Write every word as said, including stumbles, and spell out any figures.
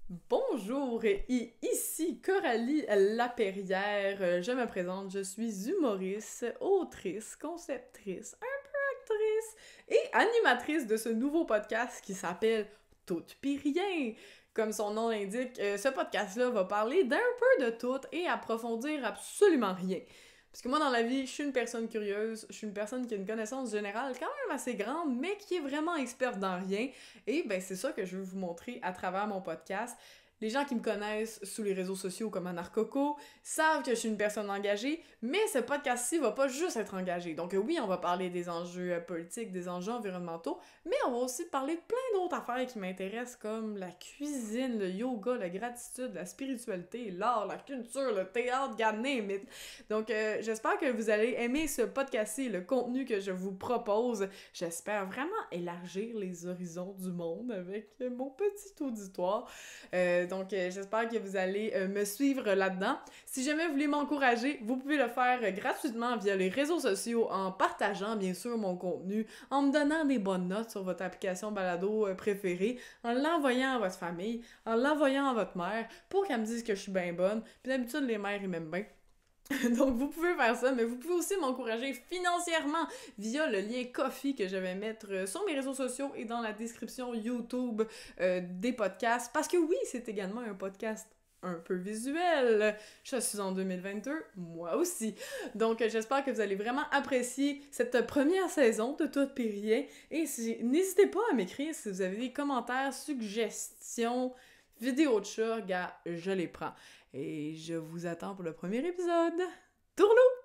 Bonjour, i- ici Coralie Lapérière. Je me présente, je suis humoriste, autrice, conceptrice, un peu actrice et animatrice de ce nouveau podcast qui s'appelle Tout pis rien. Comme son nom l'indique, euh, ce podcast-là va parler d'un peu de tout et approfondir absolument rien. Parce que moi, dans la vie, je suis une personne curieuse, je suis une personne qui a une connaissance générale quand même assez grande, mais qui est vraiment experte dans rien. Et ben c'est ça que je veux vous montrer à travers mon podcast. Les gens qui me connaissent sous les réseaux sociaux comme Anarcoco savent que je suis une personne engagée, mais ce podcast-ci va pas juste être engagé. Donc oui, on va parler des enjeux euh, politiques, des enjeux environnementaux, mais on va aussi parler de plein d'autres affaires qui m'intéressent comme la cuisine, le yoga, la gratitude, la spiritualité, l'art, la culture, le théâtre, God name it. Donc euh, j'espère que vous allez aimer ce podcast-ci, le contenu que je vous propose. J'espère vraiment élargir les horizons du monde avec mon petit auditoire. Euh, donc, euh, j'espère que vous allez euh, me suivre là-dedans. Si jamais vous voulez m'encourager, vous pouvez le faire euh, gratuitement via les réseaux sociaux en partageant, bien sûr, mon contenu, en me donnant des bonnes notes sur votre application balado euh, préférée, en l'envoyant à votre famille, en l'envoyant à votre mère pour qu'elle me dise que je suis bien bonne. Puis d'habitude, les mères, ils m'aiment bien. Donc, vous pouvez faire ça, mais vous pouvez aussi m'encourager financièrement via le lien Ko-fi que je vais mettre sur mes réseaux sociaux et dans la description YouTube euh, des podcasts. Parce que oui, c'est également un podcast un peu visuel. Je suis en deux mille vingt-deux, moi aussi. Donc, j'espère que vous allez vraiment apprécier cette première saison de Tout pis rien. Et si, n'hésitez pas à m'écrire si vous avez des commentaires, suggestions, vidéos de chat, gars, je les prends. Et je vous attends pour le premier épisode. Tourlou!